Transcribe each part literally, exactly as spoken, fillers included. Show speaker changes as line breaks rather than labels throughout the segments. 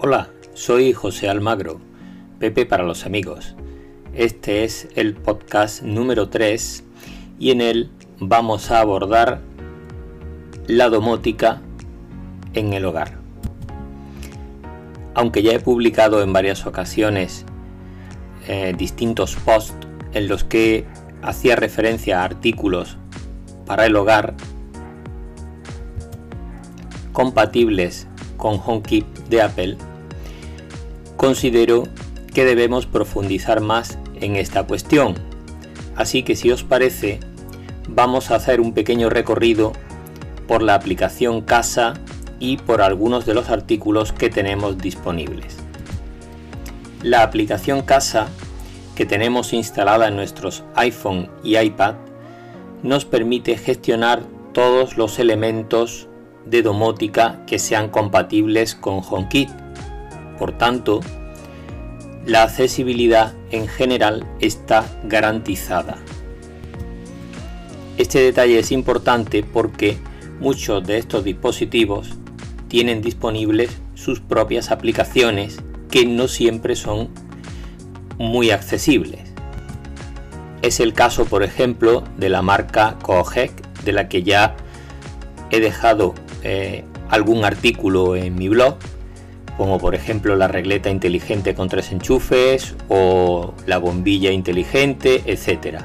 Hola, soy José Almagro, Pepe para los amigos. Este es el podcast número tres y en él vamos a abordar la domótica en el hogar. Aunque ya he publicado en varias ocasiones eh, distintos posts en los que hacía referencia a artículos para el hogar compatibles con HomeKit de Apple, considero que debemos profundizar más en esta cuestión. Así que si os parece, vamos a hacer un pequeño recorrido por la aplicación Casa y por algunos de los artículos que tenemos disponibles. La aplicación Casa, que tenemos instalada en nuestros iPhone y iPad, nos permite gestionar todos los elementos de domótica que sean compatibles con HomeKit. Por tanto, la accesibilidad en general está garantizada. Este detalle es importante porque muchos de estos dispositivos tienen disponibles sus propias aplicaciones que no siempre son muy accesibles. Es el caso, por ejemplo, de la marca Kojek, de la que ya he dejado eh, algún artículo en mi blog, como por ejemplo la regleta inteligente con tres enchufes o la bombilla inteligente, etcétera.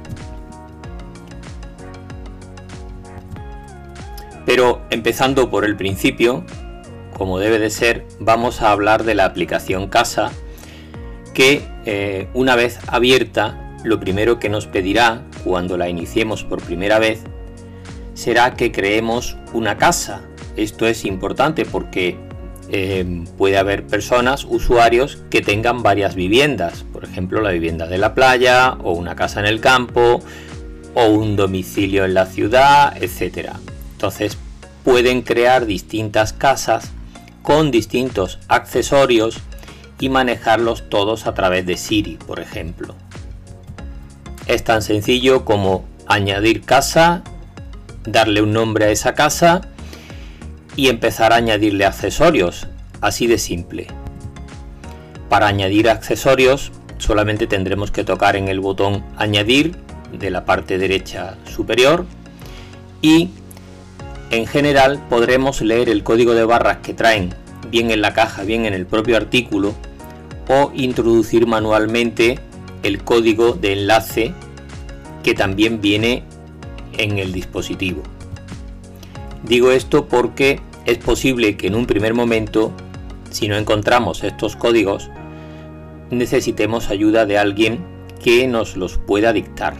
Pero empezando por el principio, como debe de ser, vamos a hablar de la aplicación Casa, que eh, una vez abierta, lo primero que nos pedirá cuando la iniciemos por primera vez será que creemos una casa. Esto es importante porque eh, puede haber personas, usuarios, que tengan varias viviendas, por ejemplo la vivienda de la playa o una casa en el campo o un domicilio en la ciudad, etcétera. Entonces pueden crear distintas casas con distintos accesorios y manejarlos todos a través de Siri, por ejemplo. Es tan sencillo como añadir casa, darle un nombre a esa casa y empezar a añadirle accesorios, así de simple. Para añadir accesorios solamente tendremos que tocar en el botón añadir de la parte derecha superior y en general podremos leer el código de barras que traen bien en la caja, bien en el propio artículo, o introducir manualmente el código de enlace que también viene en el dispositivo. Digo esto porque es posible que en un primer momento, si no encontramos estos códigos, necesitemos ayuda de alguien que nos los pueda dictar.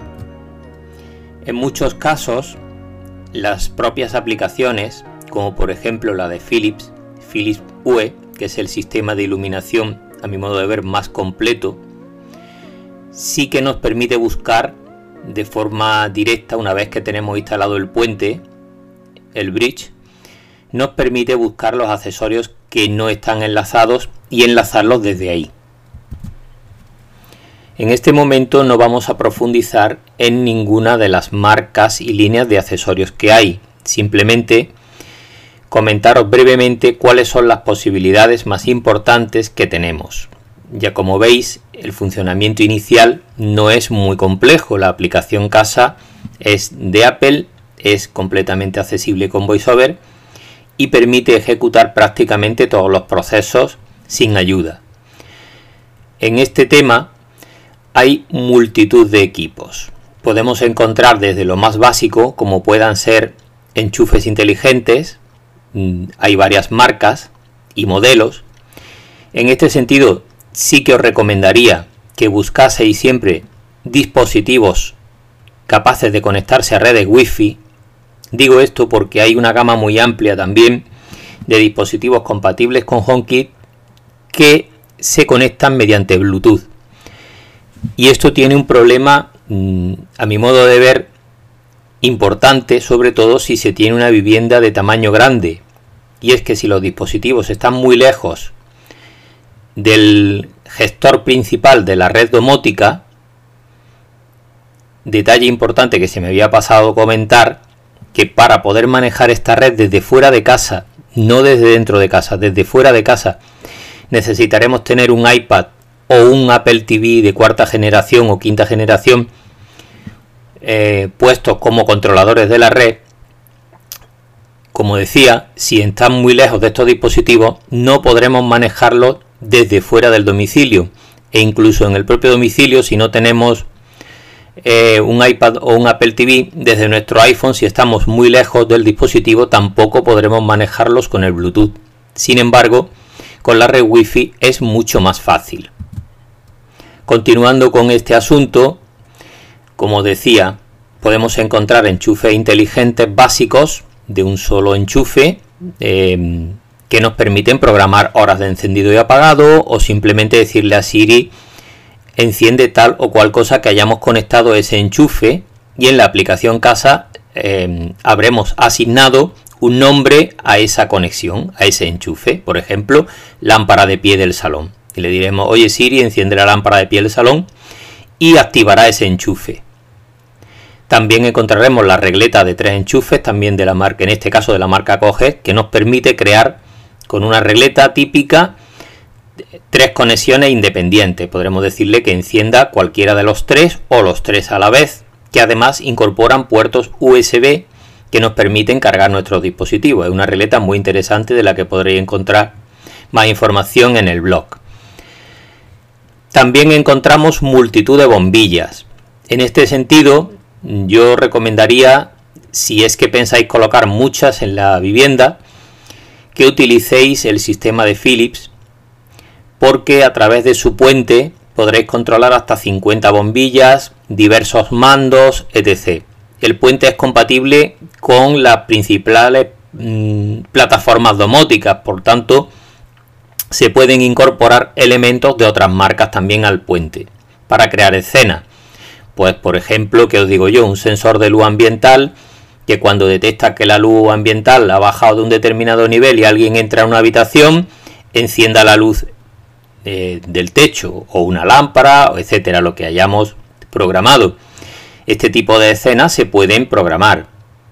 En muchos casos, las propias aplicaciones, como por ejemplo la de Philips, Philips Hue, que es el sistema de iluminación a mi modo de ver más completo, sí que nos permite buscar de forma directa, una vez que tenemos instalado el puente, el bridge, nos permite buscar los accesorios que no están enlazados y enlazarlos desde ahí. En este momento no vamos a profundizar en ninguna de las marcas y líneas de accesorios que hay, simplemente comentaros brevemente cuáles son las posibilidades más importantes que tenemos. Ya como veis, el funcionamiento inicial no es muy complejo. La aplicación Casa es de Apple, es completamente accesible con VoiceOver y permite ejecutar prácticamente todos los procesos sin ayuda. En este tema hay multitud de equipos. Podemos encontrar desde lo más básico, como puedan ser enchufes inteligentes. Hay varias marcas y modelos. En este sentido, sí que os recomendaría que buscaseis siempre dispositivos capaces de conectarse a redes Wi-Fi. Digo esto porque hay una gama muy amplia también de dispositivos compatibles con HomeKit que se conectan mediante Bluetooth. Y esto tiene un problema, a mi modo de ver, importante, sobre todo si se tiene una vivienda de tamaño grande. Y es que si los dispositivos están muy lejos del gestor principal de la red domótica, detalle importante que se me había pasado comentar, que para poder manejar esta red desde fuera de casa no desde dentro de casa, desde fuera de casa, necesitaremos tener un iPad o un Apple T V de cuarta generación o quinta generación eh, puestos como controladores de la red. Como decía, si están muy lejos de estos dispositivos, no podremos manejarlos desde fuera del domicilio, e incluso en el propio domicilio, si no tenemos eh, un iPad o un Apple T V, desde nuestro iPhone, si estamos muy lejos del dispositivo, tampoco podremos manejarlos con el Bluetooth. Sin embargo, con la red Wi-Fi es mucho más fácil. Continuando con este asunto, como decía, podemos encontrar enchufes inteligentes básicos de un solo enchufe eh, que nos permiten programar horas de encendido y apagado, o simplemente decirle a Siri enciende tal o cual cosa que hayamos conectado a ese enchufe, y en la aplicación casa eh, habremos asignado un nombre a esa conexión, a ese enchufe. Por ejemplo, lámpara de pie del salón, y le diremos oye Siri, enciende la lámpara de pie del salón, y activará ese enchufe. También encontraremos la regleta de tres enchufes, también de la marca, en este caso de la marca Coget, que nos permite crear con una regleta típica tres conexiones independientes. Podremos decirle que encienda cualquiera de los tres o los tres a la vez, que además incorporan puertos U S B que nos permiten cargar nuestros dispositivos. Es una regleta muy interesante de la que podréis encontrar más información en el blog. También encontramos multitud de bombillas. En este sentido, yo recomendaría, si es que pensáis colocar muchas en la vivienda, que utilicéis el sistema de Philips, porque a través de su puente podréis controlar hasta cincuenta bombillas, diversos mandos, etcétera. El puente es compatible con las principales mmm, plataformas domóticas, por tanto se pueden incorporar elementos de otras marcas también al puente para crear escenas. Pues por ejemplo, que os digo yo, un sensor de luz ambiental que cuando detecta que la luz ambiental ha bajado de un determinado nivel y alguien entra a una habitación, encienda la luz eh, del techo o una lámpara, etcétera, lo que hayamos programado. Este tipo de escenas se pueden programar.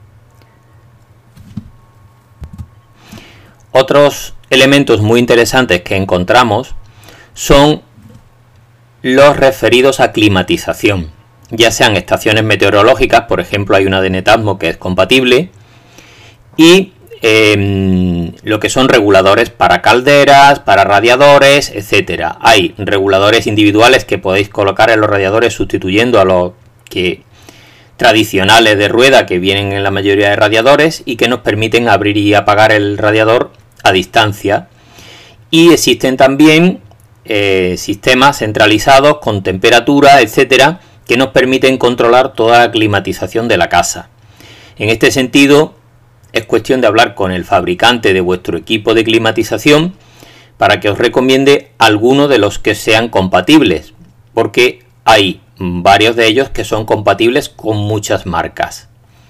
Otros elementos muy interesantes que encontramos son los referidos a climatización, ya sean estaciones meteorológicas, por ejemplo hay una de Netatmo que es compatible, y eh, lo que son reguladores para calderas, para radiadores, etcétera. Hay reguladores individuales que podéis colocar en los radiadores sustituyendo a los que tradicionales de rueda que vienen en la mayoría de radiadores y que nos permiten abrir y apagar el radiador a distancia. Y existen también eh, sistemas centralizados con temperatura, etcétera, que nos permiten controlar toda la climatización de la casa. En este sentido, es cuestión de hablar con el fabricante de vuestro equipo de climatización para que os recomiende alguno de los que sean compatibles, porque hay varios de ellos que son compatibles con muchas marcas.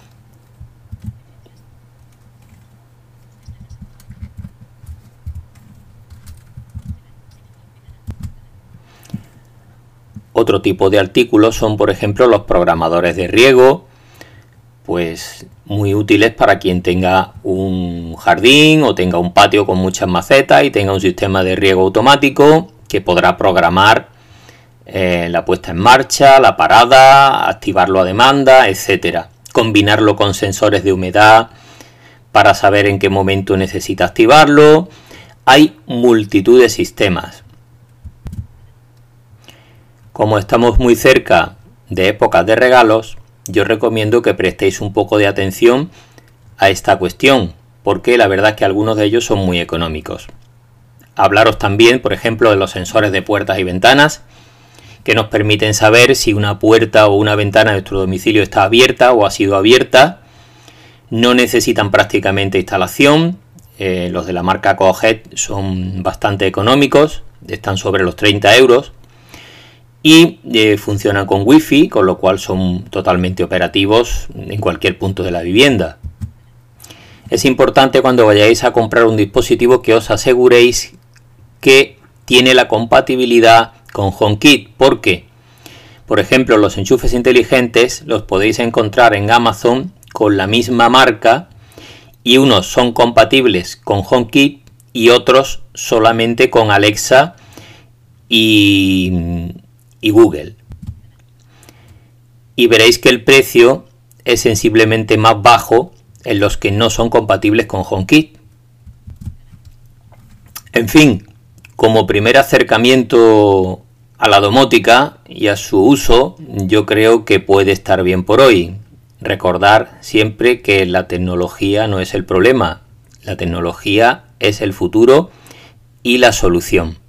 Otro tipo de artículos son, por ejemplo, los programadores de riego, pues muy útiles para quien tenga un jardín o tenga un patio con muchas macetas y tenga un sistema de riego automático que podrá programar eh, la puesta en marcha, la parada, activarlo a demanda, etcétera. Combinarlo con sensores de humedad para saber en qué momento necesita activarlo. Hay multitud de sistemas. Como estamos muy cerca de épocas de regalos, yo recomiendo que prestéis un poco de atención a esta cuestión, porque la verdad es que algunos de ellos son muy económicos. Hablaros también, por ejemplo, de los sensores de puertas y ventanas, que nos permiten saber si una puerta o una ventana de nuestro domicilio está abierta o ha sido abierta. No necesitan prácticamente instalación. Eh, los de la marca Coget son bastante económicos, están sobre los treinta euros. Y eh, funcionan con Wi-Fi, con lo cual son totalmente operativos en cualquier punto de la vivienda. Es importante cuando vayáis a comprar un dispositivo que os aseguréis que tiene la compatibilidad con HomeKit. ¿Por qué? Por ejemplo, los enchufes inteligentes los podéis encontrar en Amazon con la misma marca y unos son compatibles con HomeKit y otros solamente con Alexa y, y Google. Y veréis que el precio es sensiblemente más bajo en los que no son compatibles con HomeKit. En fin, como primer acercamiento a la domótica y a su uso, yo creo que puede estar bien por hoy. Recordar siempre que la tecnología no es el problema, la tecnología es el futuro y la solución.